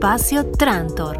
Espacio Trantor.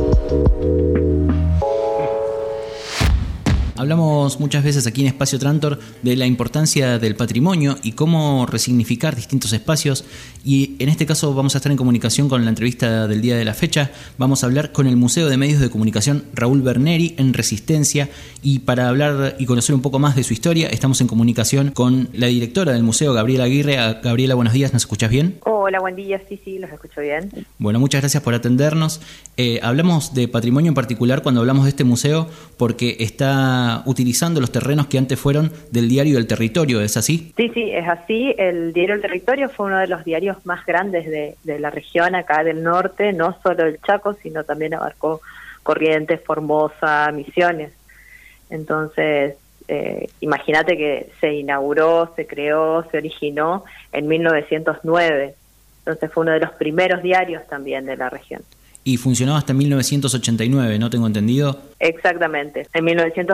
Hablamos muchas veces aquí en Espacio Trantor de la importancia del patrimonio y cómo resignificar distintos espacios, y en este caso vamos a estar en comunicación con la entrevista del día de la fecha. Vamos a hablar con el Museo de Medios de Comunicación Raúl Berneri en Resistencia, y para hablar y conocer un poco más de su historia estamos en comunicación con la directora del museo, Gabriela Aguirre. Gabriela, buenos días, ¿nos escuchás bien? Hola, buen día, sí, los escucho bien. Bueno, muchas gracias por atendernos. Hablamos de patrimonio en particular cuando hablamos de este museo porque está utilizando los terrenos que antes fueron del diario El Territorio, ¿es así? Sí, es así. El diario El Territorio fue uno de los diarios más grandes de la región acá del norte, no solo el Chaco, sino también abarcó Corrientes, Formosa, Misiones. Entonces, imagínate que se inauguró, se creó, se originó en 1909. Entonces fue uno de los primeros diarios también de la región. Y funcionó hasta 1989, ¿no tengo entendido? Exactamente, en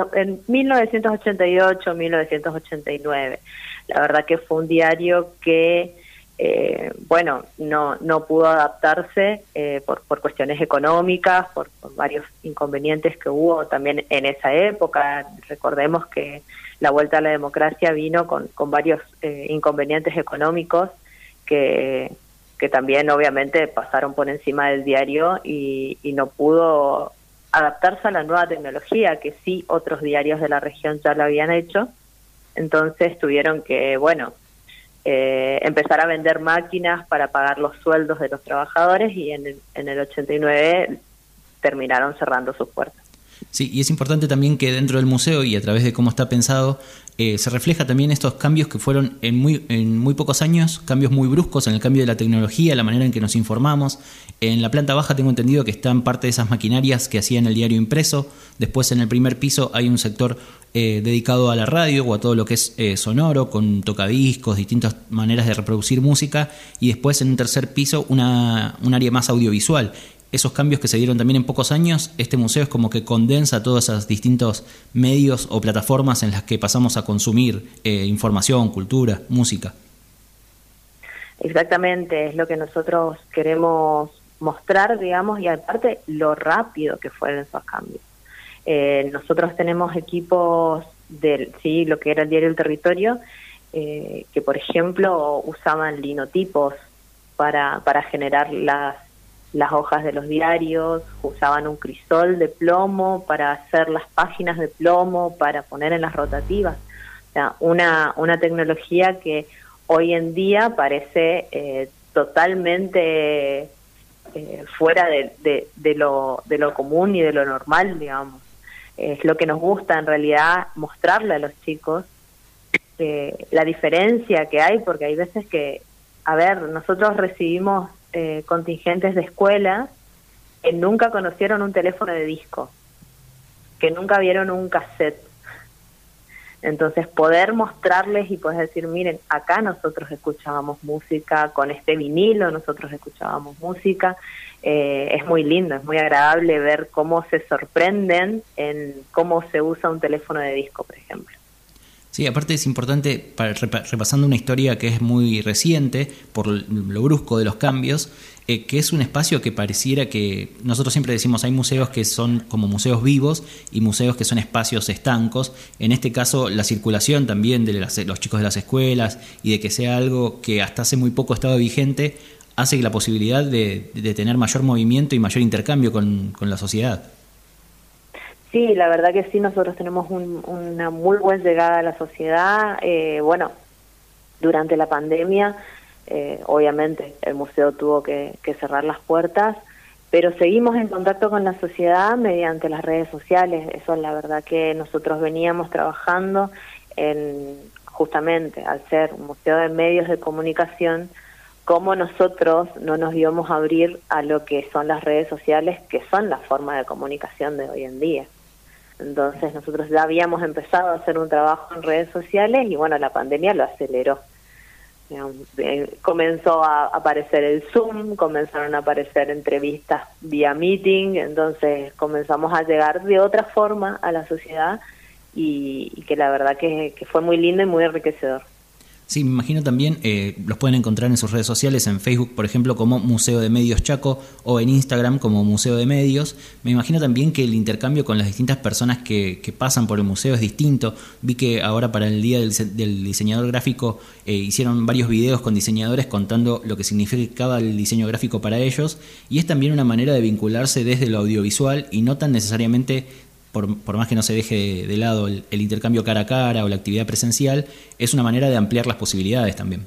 1988, 1989. La verdad que fue un diario que, no pudo adaptarse por cuestiones económicas, por varios inconvenientes que hubo también en esa época. Recordemos que la vuelta a la democracia vino con varios inconvenientes económicos que también obviamente pasaron por encima del diario y no pudo adaptarse a la nueva tecnología, que sí otros diarios de la región ya lo habían hecho. Entonces tuvieron que, empezar a vender máquinas para pagar los sueldos de los trabajadores, y en el 89 terminaron cerrando sus puertas. Sí, y es importante también que dentro del museo y a través de cómo está pensado, se refleja también estos cambios que fueron en muy pocos años, cambios muy bruscos en el cambio de la tecnología, la manera en que nos informamos. En la planta baja tengo entendido que están parte de esas maquinarias que hacían el diario impreso. Después en el primer piso hay un sector dedicado a la radio o a todo lo que es sonoro, con tocadiscos, distintas maneras de reproducir música, y después en un tercer piso un área más audiovisual. Esos cambios que se dieron también en pocos años, este museo es como que condensa todos esos distintos medios o plataformas en las que pasamos a consumir información, cultura, música. Exactamente, es lo que nosotros queremos mostrar, digamos, y aparte lo rápido que fueron esos cambios. Nosotros tenemos equipos lo que era el diario El Territorio, que por ejemplo usaban linotipos para generar las hojas de los diarios, usaban un crisol de plomo para hacer las páginas de plomo, para poner en las rotativas. O sea, una tecnología que hoy en día parece totalmente fuera de lo común y de lo normal, digamos. Es lo que nos gusta en realidad mostrarle a los chicos la diferencia que hay, porque hay veces que, nosotros recibimos contingentes de escuelas que nunca conocieron un teléfono de disco, que nunca vieron un cassette. Entonces poder mostrarles y poder decir, miren, acá nosotros escuchábamos música, con este vinilo nosotros escuchábamos música, es muy lindo, es muy agradable ver cómo se sorprenden en cómo se usa un teléfono de disco, por ejemplo. Sí, aparte es importante, repasando una historia que es muy reciente, por lo brusco de los cambios, que es un espacio que pareciera que, nosotros siempre decimos, hay museos que son como museos vivos y museos que son espacios estancos. En este caso, la circulación también de los chicos de las escuelas y de que sea algo que hasta hace muy poco estaba vigente, hace que la posibilidad de tener mayor movimiento y mayor intercambio con la sociedad. Sí, la verdad que sí, nosotros tenemos una muy buena llegada a la sociedad. Durante la pandemia, obviamente, el museo tuvo que cerrar las puertas, pero seguimos en contacto con la sociedad mediante las redes sociales. Eso es la verdad que nosotros veníamos trabajando justamente al ser un museo de medios de comunicación, cómo nosotros no nos íbamos a abrir a lo que son las redes sociales, que son la forma de comunicación de hoy en día. Entonces nosotros ya habíamos empezado a hacer un trabajo en redes sociales y la pandemia lo aceleró. Comenzó a aparecer el Zoom, comenzaron a aparecer entrevistas vía meeting, entonces comenzamos a llegar de otra forma a la sociedad y que la verdad que fue muy lindo y muy enriquecedor. Sí, me imagino también, los pueden encontrar en sus redes sociales, en Facebook, por ejemplo, como Museo de Medios Chaco, o en Instagram como Museo de Medios. Me imagino también que el intercambio con las distintas personas que pasan por el museo es distinto. Vi que ahora para el Día del Diseñador Gráfico hicieron varios videos con diseñadores contando lo que significaba el diseño gráfico para ellos, y es también una manera de vincularse desde lo audiovisual y no tan necesariamente... Por más que no se deje de lado el intercambio cara a cara o la actividad presencial, es una manera de ampliar las posibilidades también.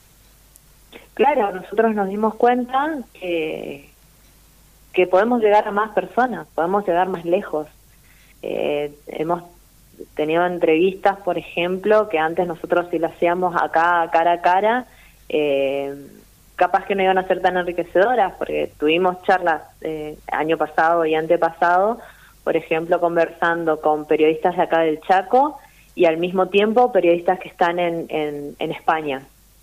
Claro, nosotros nos dimos cuenta que podemos llegar a más personas, podemos llegar más lejos. Hemos tenido entrevistas, por ejemplo, que antes nosotros si lo hacíamos acá cara a cara, capaz que no iban a ser tan enriquecedoras, porque tuvimos charlas año pasado y antepasado, por ejemplo, conversando con periodistas de acá del Chaco y al mismo tiempo periodistas que están en España.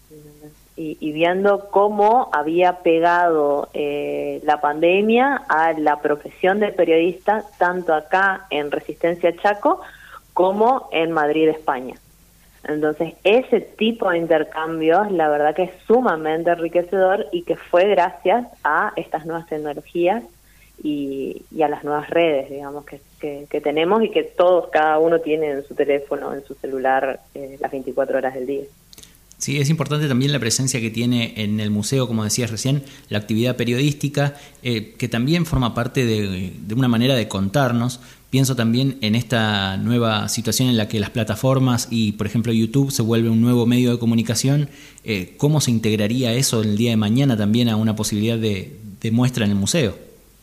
Y viendo cómo había pegado la pandemia a la profesión del periodista, tanto acá en Resistencia Chaco como en Madrid, España. Entonces, ese tipo de intercambios, la verdad que es sumamente enriquecedor y que fue gracias a estas nuevas tecnologías y a las nuevas redes, digamos, que tenemos y que todos, cada uno tiene en su teléfono, en su celular, las 24 horas del día. Sí, es importante también la presencia que tiene en el museo, como decías recién, la actividad periodística, que también forma parte de una manera de contarnos. Pienso también en esta nueva situación en la que las plataformas y, por ejemplo, YouTube se vuelve un nuevo medio de comunicación. ¿Cómo se integraría eso el día de mañana también a una posibilidad de muestra en el museo?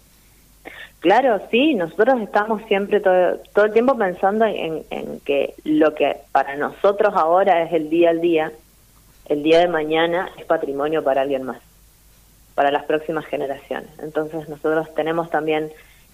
Claro, sí, nosotros estamos siempre todo el tiempo pensando en que lo que para nosotros ahora es el día al día, el día de mañana es patrimonio para alguien más, para las próximas generaciones. Entonces nosotros tenemos también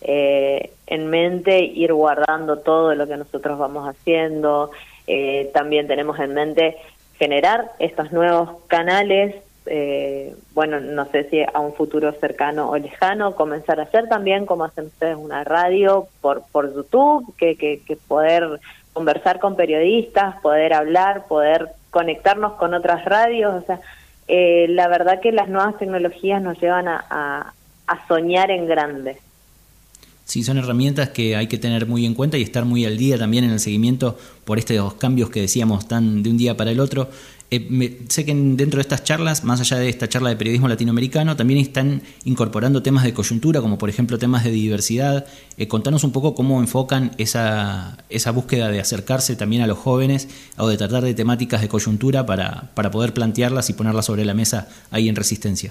en mente ir guardando todo lo que nosotros vamos haciendo, también tenemos en mente generar estos nuevos canales, bueno, no sé si a un futuro cercano o lejano, comenzar a hacer también, como hacen ustedes, una radio por YouTube, que poder conversar con periodistas, poder hablar, poder conectarnos con otras radios. O sea, la verdad que las nuevas tecnologías nos llevan a soñar en grande. Sí, son herramientas que hay que tener muy en cuenta y estar muy al día también en el seguimiento por estos cambios que decíamos tan de un día para el otro. Sé que dentro de estas charlas, más allá de esta charla de periodismo latinoamericano, también están incorporando temas de coyuntura, como por ejemplo temas de diversidad. Contanos un poco cómo enfocan esa búsqueda de acercarse también a los jóvenes o de tratar de temáticas de coyuntura para poder plantearlas y ponerlas sobre la mesa ahí en Resistencia.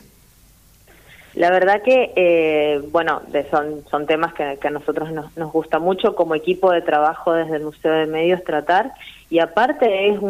La verdad que, bueno, son temas que a nosotros nos gusta mucho como equipo de trabajo desde el Museo de Medios tratar, y aparte es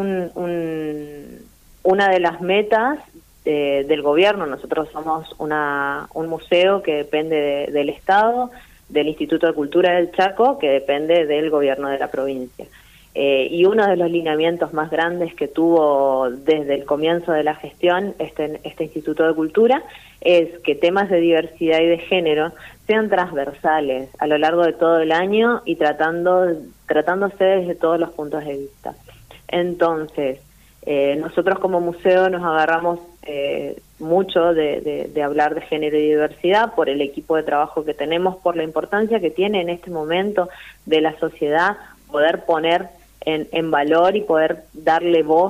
una de las metas del gobierno. Nosotros somos un museo que depende del Estado, del Instituto de Cultura del Chaco, que depende del gobierno de la provincia. Y uno de los lineamientos más grandes que tuvo desde el comienzo de la gestión este Instituto de Cultura es que temas de diversidad y de género sean transversales a lo largo de todo el año y tratándose desde todos los puntos de vista. Entonces, nosotros como museo nos agarramos mucho de hablar de género y diversidad por el equipo de trabajo que tenemos, por la importancia que tiene en este momento de la sociedad poder poner en valor y poder darle voz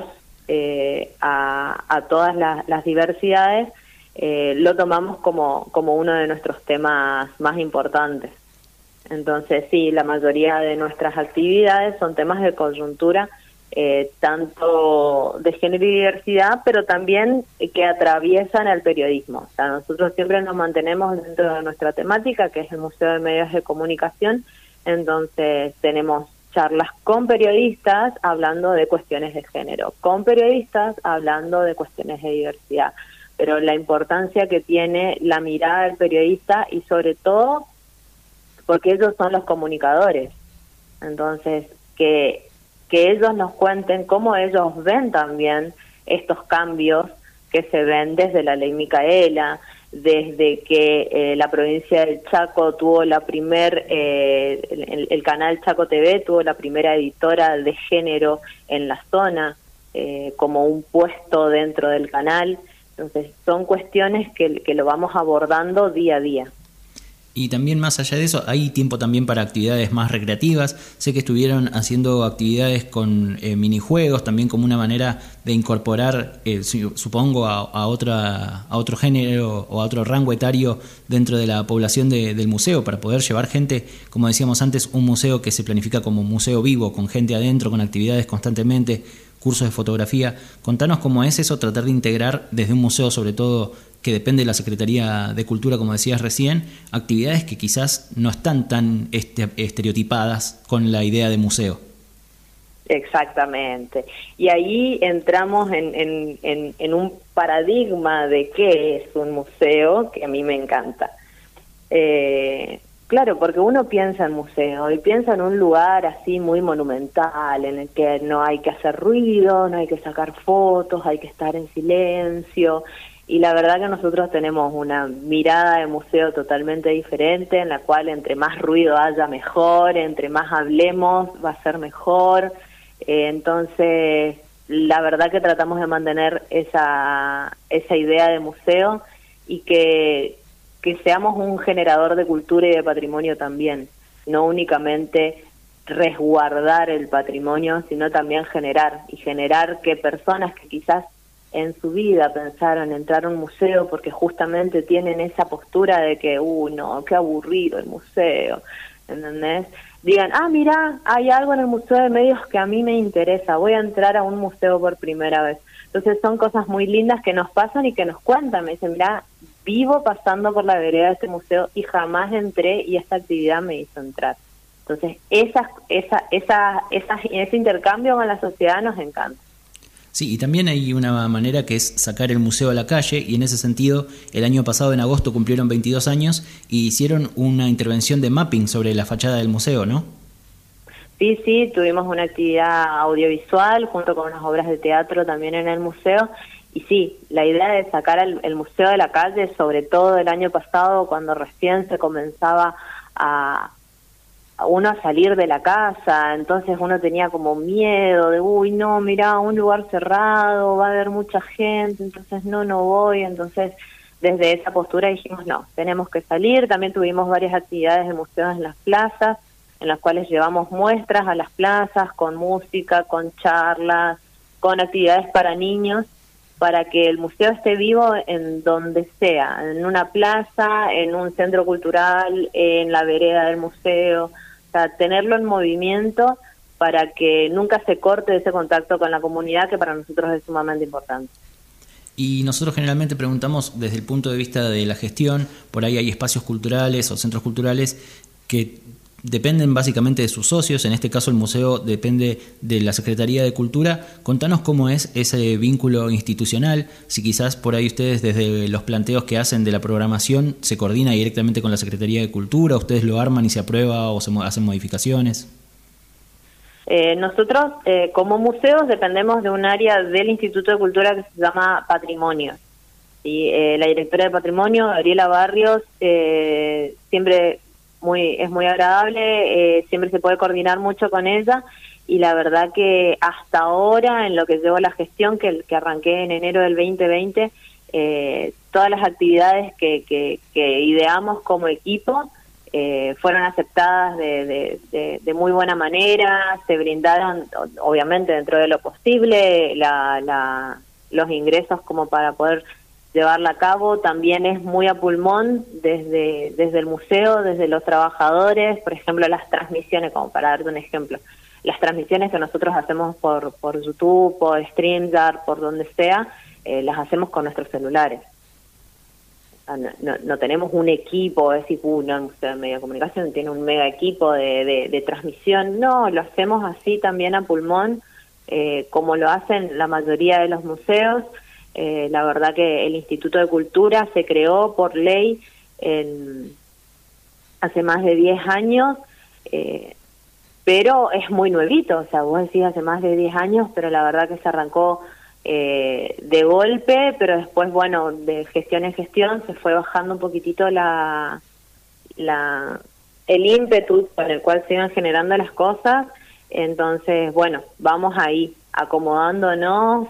a todas las diversidades. Lo tomamos como uno de nuestros temas más importantes. Entonces, sí, la mayoría de nuestras actividades son temas de coyuntura, tanto de género y diversidad, pero también que atraviesan al periodismo. O sea, nosotros siempre nos mantenemos dentro de nuestra temática, que es el Museo de Medios de Comunicación. Entonces, tenemos charlas con periodistas hablando de cuestiones de género, con periodistas hablando de cuestiones de diversidad, pero la importancia que tiene la mirada del periodista y sobre todo porque ellos son los comunicadores. Entonces, que ellos nos cuenten cómo ellos ven también estos cambios que se ven desde la ley Micaela, desde que la provincia del Chaco tuvo el canal Chaco TV tuvo la primera editora de género en la zona. como un puesto dentro del canal. Entonces son cuestiones que lo vamos abordando día a día. Y también más allá de eso, hay tiempo también para actividades más recreativas. Sé que estuvieron haciendo actividades con minijuegos, también como una manera de incorporar, supongo, a otro género o a otro rango etario dentro de la población del museo, para poder llevar gente, como decíamos antes, un museo que se planifica como museo vivo, con gente adentro, con actividades constantemente, cursos de fotografía. Contanos cómo es eso, tratar de integrar desde un museo, sobre todo que depende de la Secretaría de Cultura, como decías recién, actividades que quizás no están tan estereotipadas con la idea de museo. Exactamente. Y ahí entramos en un paradigma de qué es un museo que a mí me encanta. Claro, porque uno piensa en museo y piensa en un lugar así muy monumental, en el que no hay que hacer ruido, no hay que sacar fotos, hay que estar en silencio. Y la verdad que nosotros tenemos una mirada de museo totalmente diferente, en la cual entre más ruido haya mejor, entre más hablemos va a ser mejor. Entonces, la verdad que tratamos de mantener esa idea de museo y que seamos un generador de cultura y de patrimonio también, no únicamente resguardar el patrimonio, sino también generar que personas que quizás en su vida pensaron entrar a un museo porque justamente tienen esa postura de que, no, qué aburrido el museo, ¿entendés? Digan, mira, hay algo en el Museo de Medios que a mí me interesa, voy a entrar a un museo por primera vez. Entonces son cosas muy lindas que nos pasan y que nos cuentan, me dicen, mira, vivo pasando por la vereda de este museo y jamás entré y esta actividad me hizo entrar. Entonces ese intercambio con la sociedad nos encanta. Sí, y también hay una manera que es sacar el museo a la calle, y en ese sentido el año pasado en agosto cumplieron 22 años y hicieron una intervención de mapping sobre la fachada del museo, ¿no? Sí, tuvimos una actividad audiovisual junto con unas obras de teatro también en el museo, y sí, la idea de sacar el museo de la calle, sobre todo el año pasado cuando recién se comenzaba a uno a salir de la casa, entonces uno tenía como miedo de, no, mirá, un lugar cerrado, va a haber mucha gente, entonces no voy. Entonces desde esa postura dijimos, no, tenemos que salir. También tuvimos varias actividades de museos en las plazas, en las cuales llevamos muestras a las plazas con música, con charlas, con actividades para niños, para que el museo esté vivo en donde sea, en una plaza, en un centro cultural, en la vereda del museo, o sea, tenerlo en movimiento para que nunca se corte ese contacto con la comunidad, que para nosotros es sumamente importante. Y nosotros generalmente preguntamos desde el punto de vista de la gestión, por ahí hay espacios culturales o centros culturales que dependen básicamente de sus socios, en este caso el museo depende de la Secretaría de Cultura. Contanos cómo es ese vínculo institucional, si quizás por ahí ustedes desde los planteos que hacen de la programación se coordina directamente con la Secretaría de Cultura, ustedes lo arman y se aprueba o se hacen modificaciones. Nosotros como museos dependemos de un área del Instituto de Cultura que se llama Patrimonio. Y la directora de Patrimonio, Gabriela Barrios, siempre es muy agradable, siempre se puede coordinar mucho con ella, y la verdad que hasta ahora, en lo que llevo la gestión, que arranqué en enero del 2020, todas las actividades que ideamos como equipo fueron aceptadas de muy buena manera, se brindaron, obviamente dentro de lo posible, los ingresos como para poder llevarla a cabo. También es muy a pulmón desde el museo, desde los trabajadores, por ejemplo, las transmisiones, como para darte un ejemplo, las transmisiones que nosotros hacemos por YouTube, por StreamYard, por donde sea, las hacemos con nuestros celulares. No tenemos un equipo, es decir, no, el Museo de Media de Comunicación tiene un mega equipo de transmisión. No, lo hacemos así también a pulmón, como lo hacen la mayoría de los museos. La verdad que el Instituto de Cultura se creó por ley hace más de 10 años, pero es muy nuevito, o sea, vos decís hace más de 10 años, pero la verdad que se arrancó de golpe, pero después, bueno, de gestión en gestión se fue bajando un poquitito el ímpetu con el cual se iban generando las cosas. Entonces, bueno, vamos ahí acomodándonos,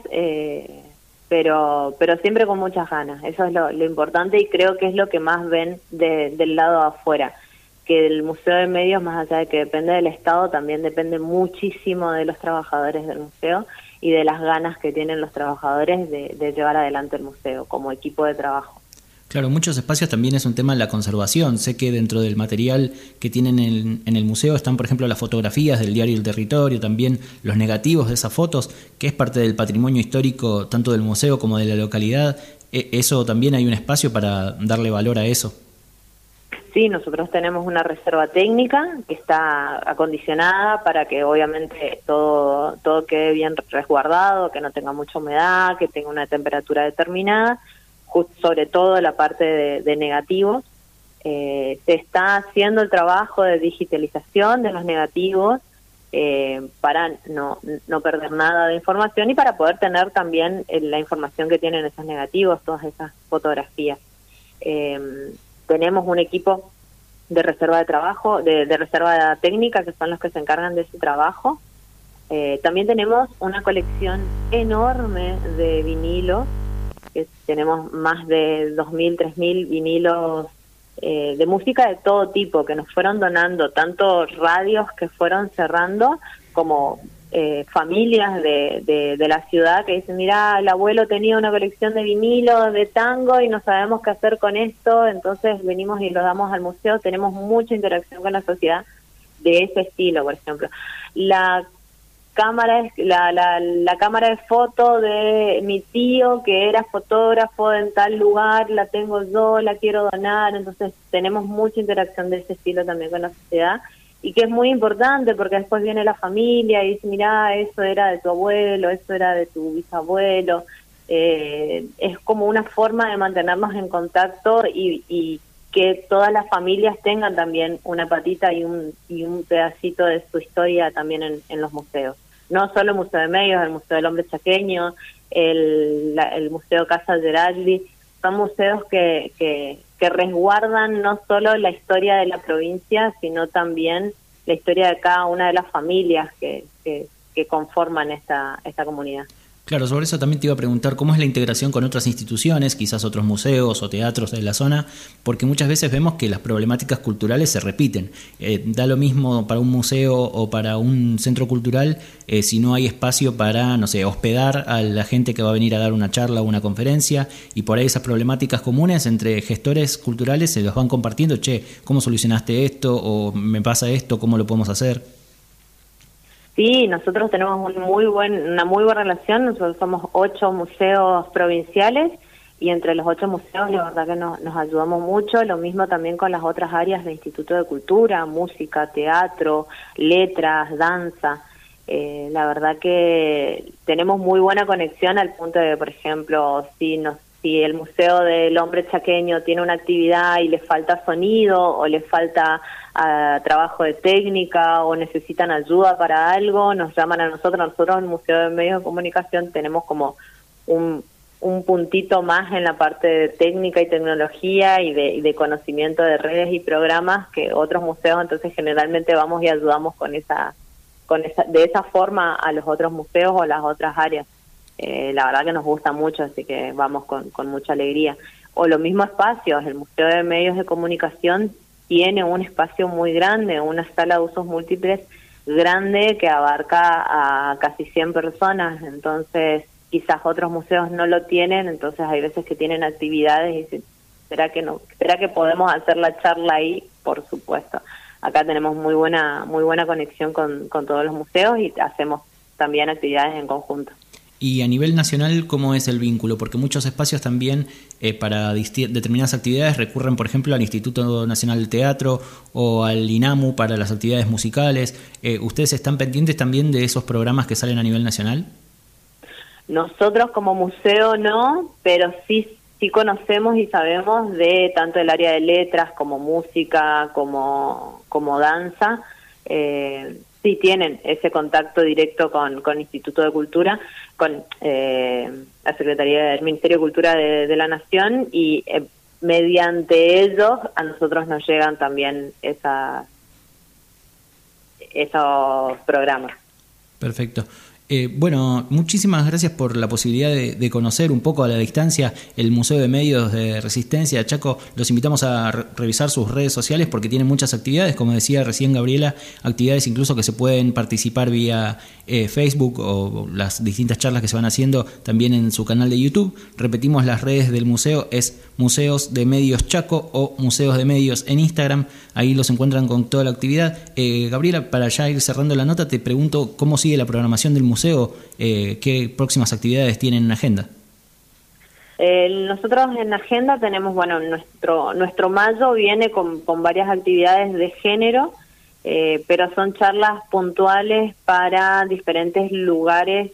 pero siempre con muchas ganas. Eso es lo importante, y creo que es lo que más ven del lado de afuera, que el Museo de Medios, más allá de que depende del Estado, también depende muchísimo de los trabajadores del museo y de las ganas que tienen los trabajadores de llevar adelante el museo como equipo de trabajo. Claro, muchos espacios también es un tema de la conservación. Sé que dentro del material que tienen en el museo están, por ejemplo, las fotografías del diario El Territorio, también los negativos de esas fotos, que es parte del patrimonio histórico tanto del museo como de la localidad. ¿Eso también hay un espacio para darle valor a eso? Sí, nosotros tenemos una reserva técnica que está acondicionada para que obviamente todo quede bien resguardado, que no tenga mucha humedad, que tenga una temperatura determinada, sobre todo la parte de negativos. Se está haciendo el trabajo de digitalización de los negativos para no perder nada de información y para poder tener también la información que tienen esos negativos, todas esas fotografías. Tenemos un equipo de reserva de trabajo, de reserva técnica, que son los que se encargan de ese trabajo. También tenemos una colección enorme de vinilos, que tenemos más de 2.000, 3.000 vinilos de música de todo tipo, que nos fueron donando, tanto radios que fueron cerrando, como familias de la ciudad que dicen, mira, el abuelo tenía una colección de vinilos de tango y no sabemos qué hacer con esto, entonces venimos y lo damos al museo. Tenemos mucha interacción con la sociedad de ese estilo. Por ejemplo, la cámara de foto de mi tío, que era fotógrafo en tal lugar, la tengo yo, la quiero donar. Entonces tenemos mucha interacción de ese estilo también con la sociedad, y que es muy importante porque después viene la familia y dice, mirá, eso era de tu abuelo, eso era de tu bisabuelo. Es como una forma de mantenernos en contacto y que todas las familias tengan también una patita y un pedacito de su historia también en los museos. No solo el Museo de Medios, el Museo del Hombre Chaqueño, el Museo Casa Gerardi, son museos que resguardan no solo la historia de la provincia, sino también la historia de cada una de las familias que conforman esta comunidad. Claro, sobre eso también te iba a preguntar cómo es la integración con otras instituciones, quizás otros museos o teatros de la zona, porque muchas veces vemos que las problemáticas culturales se repiten. Da lo mismo para un museo o para un centro cultural si no hay espacio para, no sé, hospedar a la gente que va a venir a dar una charla o una conferencia, y por ahí esas problemáticas comunes entre gestores culturales se los van compartiendo. Che, ¿cómo solucionaste esto? O me pasa esto, ¿cómo lo podemos hacer? Sí, nosotros tenemos una muy buena relación. Nosotros somos 8 museos provinciales y entre los 8 museos la verdad que nos ayudamos mucho. Lo mismo también con las otras áreas de Instituto de Cultura, música, teatro, letras, danza. La verdad que tenemos muy buena conexión al punto de, por ejemplo, si el Museo del Hombre Chaqueño tiene una actividad y le falta sonido o le falta trabajo de técnica o necesitan ayuda para algo, nos llaman a nosotros. Nosotros en el Museo de Medios de Comunicación tenemos como un puntito más en la parte de técnica y tecnología y de conocimiento de redes y programas que otros museos. Entonces generalmente vamos y ayudamos de esa forma a los otros museos o las otras áreas. La verdad que nos gusta mucho, así que vamos con mucha alegría. O los mismos espacios, el Museo de Medios de Comunicación tiene un espacio muy grande, una sala de usos múltiples grande que abarca a casi 100 personas, entonces quizás otros museos no lo tienen, entonces hay veces que tienen actividades y dicen, ¿será que podemos hacer la charla ahí? Por supuesto. Acá tenemos muy buena conexión con todos los museos y hacemos también actividades en conjunto. Y a nivel nacional, ¿cómo es el vínculo? Porque muchos espacios también para determinadas actividades recurren, por ejemplo, al Instituto Nacional del Teatro o al INAMU para las actividades musicales. ¿Ustedes están pendientes también de esos programas que salen a nivel nacional? Nosotros como museo no, pero sí conocemos y sabemos de tanto el área de letras como música, como danza. Sí tienen ese contacto directo con Instituto de Cultura, con la Secretaría del Ministerio de Cultura de la Nación, y mediante ellos a nosotros nos llegan también esos programas. Perfecto. Bueno, muchísimas gracias por la posibilidad de conocer un poco a la distancia el Museo de Medios de Resistencia Chaco. Los invitamos a revisar sus redes sociales porque tienen muchas actividades, como decía recién Gabriela, actividades incluso que se pueden participar vía Facebook o las distintas charlas que se van haciendo también en su canal de YouTube. Repetimos las redes del museo, es Museos de Medios Chaco o Museos de Medios en Instagram. Ahí los encuentran con toda la actividad. Gabriela, para ya ir cerrando la nota, te pregunto cómo sigue la programación del museo, qué próximas actividades tienen en agenda. Nosotros en agenda tenemos, bueno, nuestro mayo viene con varias actividades de género, pero son charlas puntuales para diferentes lugares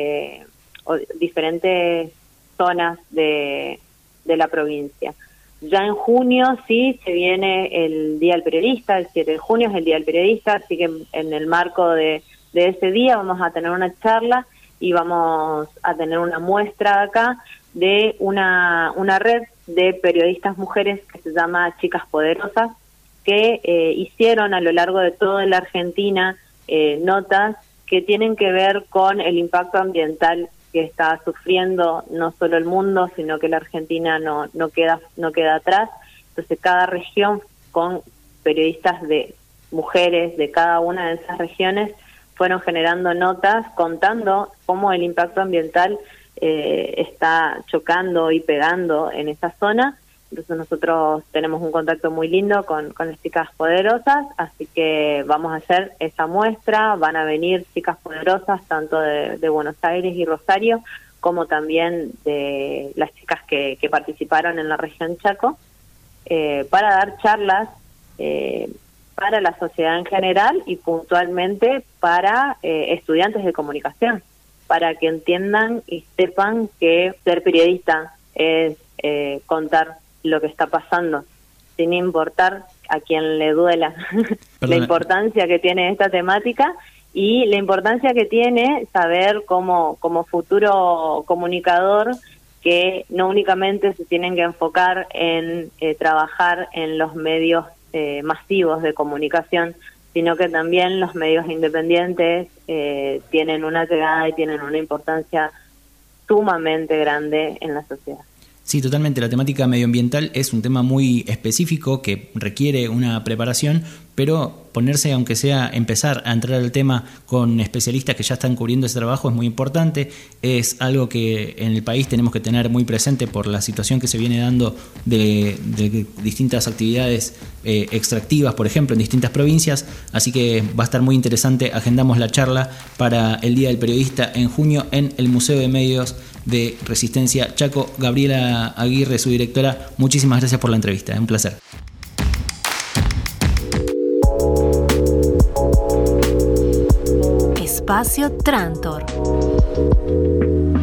o diferentes zonas de la provincia. Ya en junio sí se viene el Día del Periodista, el 7 de junio es el Día del Periodista, así que en el marco de ese día vamos a tener una charla y vamos a tener una muestra acá de una red de periodistas mujeres que se llama Chicas Poderosas, que hicieron a lo largo de toda la Argentina notas que tienen que ver con el impacto ambiental que está sufriendo no solo el mundo, sino que la Argentina no queda atrás. Entonces cada región, con periodistas de mujeres de cada una de esas regiones, fueron generando notas contando cómo el impacto ambiental está chocando y pegando en esa zona. Entonces nosotros tenemos un contacto muy lindo con las Chicas Poderosas, así que vamos a hacer esa muestra. Van a venir chicas poderosas tanto de Buenos Aires y Rosario, como también de las chicas que participaron en la región Chaco, para dar charlas para la sociedad en general y puntualmente para estudiantes de comunicación, para que entiendan y sepan que ser periodista es contar lo que está pasando, sin importar a quien le duela. La importancia que tiene esta temática y la importancia que tiene saber como futuro comunicador que no únicamente se tienen que enfocar en trabajar en los medios masivos de comunicación, sino que también los medios independientes tienen una llegada y tienen una importancia sumamente grande en la sociedad. Sí, totalmente. La temática medioambiental es un tema muy específico que requiere una preparación, pero ponerse, aunque sea empezar a entrar al tema con especialistas que ya están cubriendo ese trabajo es muy importante. Es algo que en el país tenemos que tener muy presente por la situación que se viene dando de distintas actividades extractivas, por ejemplo, en distintas provincias. Así que va a estar muy interesante. Agendamos la charla para el Día del Periodista en junio en el Museo de Medios de Resistencia Chaco. Gabriela Aguirre, su directora, muchísimas gracias por la entrevista. Un placer. Espacio Trantor.